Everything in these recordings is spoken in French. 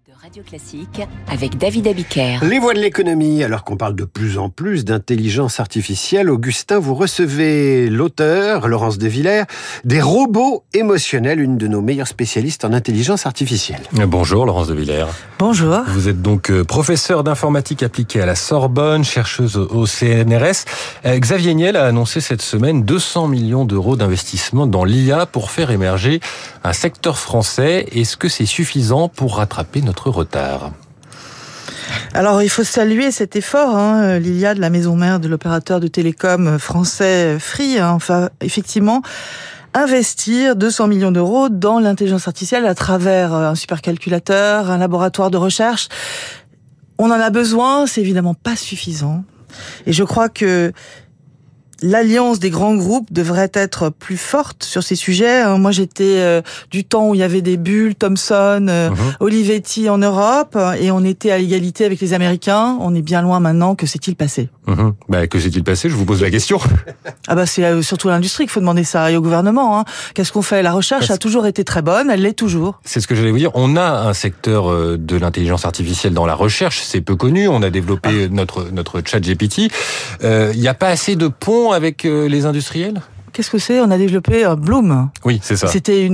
De Radio Classique avec David Abiker. Les voix de l'économie, alors qu'on parle de plus en plus d'intelligence artificielle, Augustin, vous recevez l'auteur, Laurence de Villers, des robots émotionnels, une de nos meilleures spécialistes en intelligence artificielle. Bonjour Laurence de Villers. Bonjour. Vous êtes donc professeur d'informatique appliquée à la Sorbonne, chercheuse au CNRS. Xavier Niel a annoncé cette semaine 200 millions d'euros d'investissement dans l'IA pour faire émerger un secteur français. Est-ce que c'est suffisant pour rattraper notre retard ? Alors, il faut saluer cet effort, l'IA de la maison mère de l'opérateur de télécom français Free. Enfin, effectivement, investir 200 millions d'euros dans l'intelligence artificielle à travers un supercalculateur, un laboratoire de recherche. On en a besoin, c'est évidemment pas suffisant. Et je crois que l'alliance des grands groupes devrait être plus forte sur ces sujets. Moi, j'étais du temps où il y avait des bulles, Thomson, Olivetti en Europe, et on était à égalité avec les Américains. On est bien loin maintenant. Que s'est-il passé ? Que s'est-il passé ? Je vous pose la question. C'est surtout à l'industrie qu'il faut demander ça, et au gouvernement. Qu'est-ce qu'on fait ? La recherche a toujours été très bonne, elle l'est toujours. C'est ce que j'allais vous dire. On a un secteur de l'intelligence artificielle dans la recherche, c'est peu connu. On a développé notre chat GPT. Il n'y a pas assez de ponts avec les industriels ? Qu'est-ce que c'est ? On a développé Bloom. Oui, c'est ça. C'était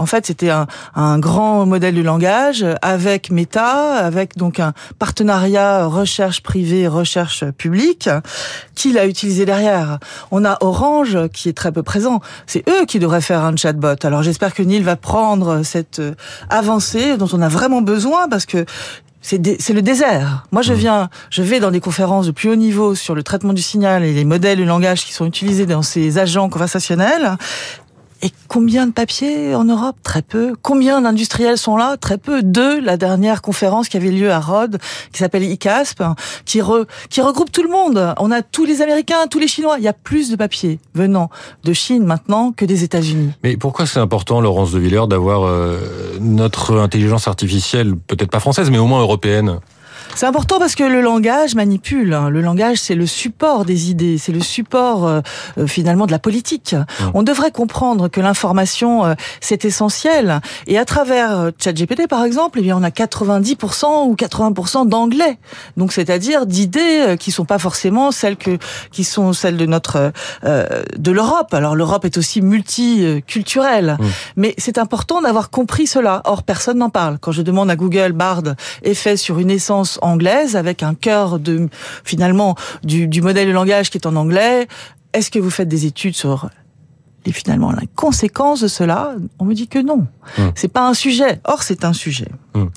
un grand modèle de langage avec Meta, avec donc un partenariat recherche privée, recherche publique, qui l'a utilisé derrière. On a Orange qui est très peu présent. C'est eux qui devraient faire un chatbot. Alors j'espère que Neil va prendre cette avancée dont on a vraiment besoin, parce que c'est le désert. Moi, je vais dans des conférences de plus haut niveau sur le traitement du signal et les modèles de langage qui sont utilisés dans ces agents conversationnels. Et combien de papiers en Europe ? Très peu. Combien d'industriels sont là ? Très peu. La dernière conférence qui avait lieu à Rhodes, qui s'appelle ICASP, qui regroupe tout le monde. On a tous les Américains, tous les Chinois. Il y a plus de papiers venant de Chine maintenant que des États-Unis. Mais pourquoi c'est important, Laurence de Villers, d'avoir notre intelligence artificielle, peut-être pas française, mais au moins européenne ? C'est important parce que le langage manipule. Le langage, c'est le support des idées, c'est le support finalement de la politique. On devrait comprendre que l'information, c'est essentiel. Et à travers ChatGPT, par exemple, on a 90% ou 80% d'anglais. Donc, c'est-à-dire d'idées qui sont pas forcément qui sont celles de de l'Europe. Alors, l'Europe est aussi multiculturelle. Mais c'est important d'avoir compris cela. Or, personne n'en parle. Quand je demande à Google, Bard est fait sur une essence anglaise, avec un cœur du modèle de langage qui est en anglais. Est-ce que vous faites des études sur finalement la conséquence de cela ? On me dit que non. C'est pas un sujet. Or, c'est un sujet.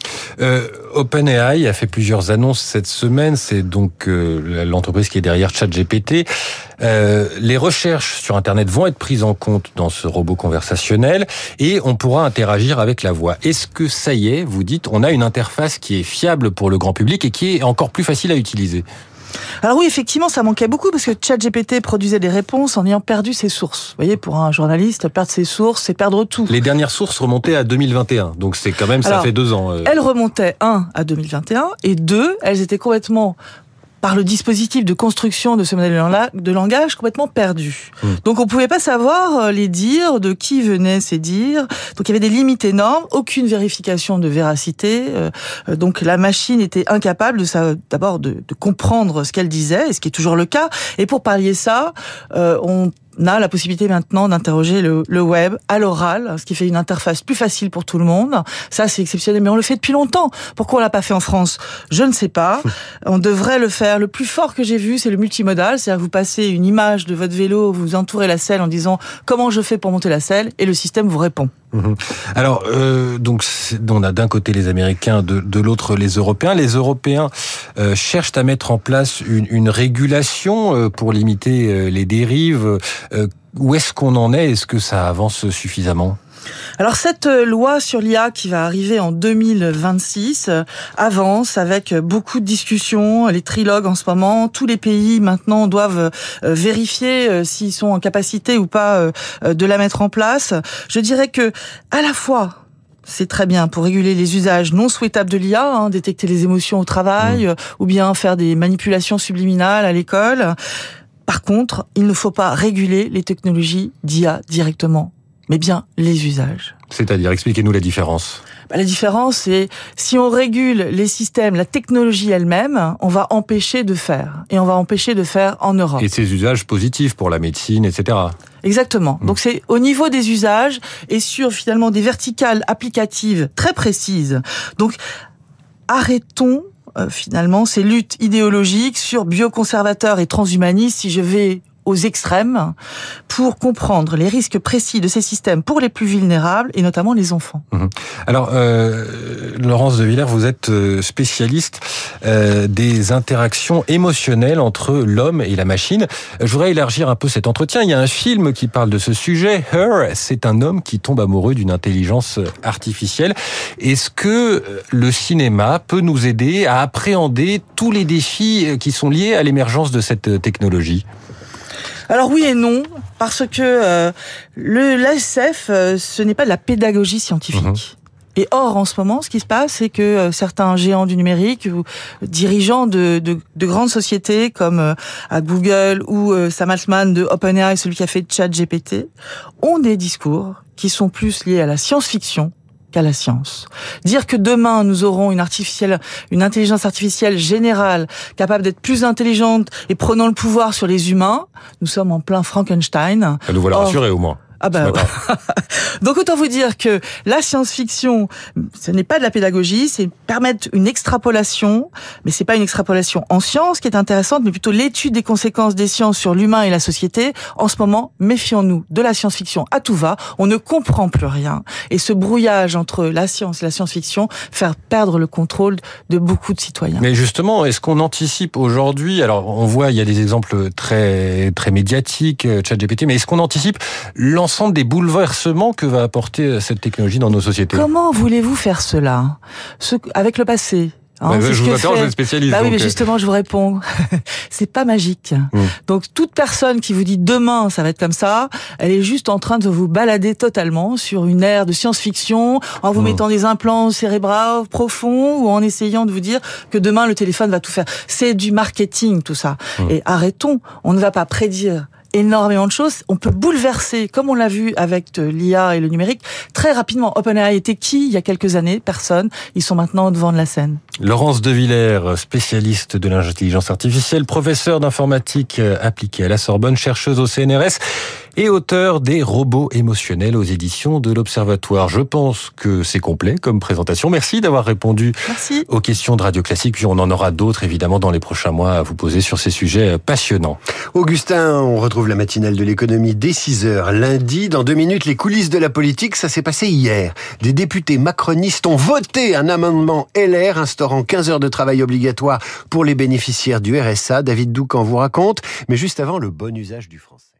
OpenAI a fait plusieurs annonces cette semaine. C'est donc l'entreprise qui est derrière ChatGPT. Les recherches sur Internet vont être prises en compte dans ce robot conversationnel et on pourra interagir avec la voix. Est-ce que ça y est, vous dites, on a une interface qui est fiable pour le grand public et qui est encore plus facile à utiliser ? Alors oui, effectivement, ça manquait beaucoup parce que ChatGPT produisait des réponses en ayant perdu ses sources. Vous voyez, pour un journaliste, perdre ses sources, c'est perdre tout. Les dernières sources remontaient à 2021, donc c'est quand même, ça fait 2 ans. Elles remontaient, à 2021, et 2, elles étaient complètement, par le dispositif de construction de ce modèle de langage, complètement perdu. Donc on pouvait pas savoir les dires, de qui venaient ces dires. Donc il y avait des limites énormes, aucune vérification de véracité. Donc la machine était incapable d'abord de comprendre ce qu'elle disait, et ce qui est toujours le cas. Et pour pallier ça, on a la possibilité maintenant d'interroger le web à l'oral, ce qui fait une interface plus facile pour tout le monde. Ça, c'est exceptionnel, mais on le fait depuis longtemps. Pourquoi on l'a pas fait en France ? Je ne sais pas. On devrait le faire. Le plus fort que j'ai vu, c'est le multimodal. C'est-à-dire que vous passez une image de votre vélo, vous entourez la selle en disant « Comment je fais pour monter la selle ?» et le système vous répond. Alors, donc, on a d'un côté les Américains, de l'autre les Européens. Les Européens cherchent à mettre en place une régulation pour limiter les dérives. Où est-ce qu'on en est ? Est-ce que ça avance suffisamment ? Alors cette loi sur l'IA qui va arriver en 2026 avance avec beaucoup de discussions, les trilogues en ce moment. Tous les pays maintenant doivent vérifier s'ils sont en capacité ou pas de la mettre en place. Je dirais que à la fois c'est très bien pour réguler les usages non souhaitables de l'IA, détecter les émotions au travail ou bien faire des manipulations subliminales à l'école. Par contre, il ne faut pas réguler les technologies d'IA directement. mais bien les usages. C'est-à-dire, expliquez-nous la différence. La différence, c'est si on régule les systèmes, la technologie elle-même, on va empêcher de faire. Et on va empêcher de faire en Europe. Et ces usages positifs pour la médecine, etc. Exactement. Donc c'est au niveau des usages et sur finalement des verticales applicatives très précises. Donc arrêtons finalement ces luttes idéologiques sur bioconservateurs et transhumanistes si je vais aux extrêmes pour comprendre les risques précis de ces systèmes pour les plus vulnérables et notamment les enfants. Alors, Laurence de Villers, vous êtes spécialiste des interactions émotionnelles entre l'homme et la machine. Je voudrais élargir un peu cet entretien. Il y a un film qui parle de ce sujet. Her, c'est un homme qui tombe amoureux d'une intelligence artificielle. Est-ce que le cinéma peut nous aider à appréhender tous les défis qui sont liés à l'émergence de cette technologie ? Alors oui et non, parce que l'ASF, ce n'est pas de la pédagogie scientifique. Et or, en ce moment, ce qui se passe, c'est que certains géants du numérique ou dirigeants de grandes sociétés comme à Google ou Sam Altman de OpenAI, celui qui a fait ChatGPT, ont des discours qui sont plus liés à la science-fiction qu'à la science. Dire que demain nous aurons une intelligence artificielle générale capable d'être plus intelligente et prenant le pouvoir sur les humains, nous sommes en plein Frankenstein. Ça nous voilà rassurer au moins. Ah bah donc autant vous dire que la science-fiction, ce n'est pas de la pédagogie, c'est permettre une extrapolation, mais c'est pas une extrapolation en sciences qui est intéressante, mais plutôt l'étude des conséquences des sciences sur l'humain et la société. En ce moment, méfions-nous de la science-fiction à tout va, on ne comprend plus rien. Et ce brouillage entre la science et la science-fiction fait perdre le contrôle de beaucoup de citoyens. Mais justement, est-ce qu'on anticipe aujourd'hui, alors on voit, il y a des exemples très, très médiatiques, ChatGPT, mais est-ce qu'on anticipe l'ensemble des bouleversements que va apporter cette technologie dans nos sociétés? Comment voulez-vous faire cela avec le passé? Je vous interroge, vous êtes spécialiste. Oui, mais justement, je vous réponds. C'est pas magique. Donc, toute personne qui vous dit demain, ça va être comme ça, elle est juste en train de vous balader totalement sur une ère de science-fiction, en vous mettant des implants cérébraux profonds ou en essayant de vous dire que demain, le téléphone va tout faire. C'est du marketing, tout ça. Et arrêtons. On ne va pas prédire énormément de choses. On peut bouleverser, comme on l'a vu avec l'IA et le numérique, très rapidement. OpenAI était qui il y a quelques années? Personne. Ils sont maintenant au devant de la scène. Laurence de Villers, spécialiste de l'intelligence artificielle, professeure d'informatique appliquée à la Sorbonne, chercheuse au CNRS et auteur des robots émotionnels aux éditions de l'Observatoire. Je pense que c'est complet comme présentation. Merci d'avoir répondu aux questions de Radio Classique. Puis on en aura d'autres, évidemment, dans les prochains mois à vous poser sur ces sujets passionnants. Augustin, on retrouve la matinale de l'économie dès 6h lundi. Dans 2 minutes, les coulisses de la politique, ça s'est passé hier. Des députés macronistes ont voté un amendement LR instaurant 15 heures de travail obligatoire pour les bénéficiaires du RSA. David Doucan vous raconte, mais juste avant, le bon usage du français.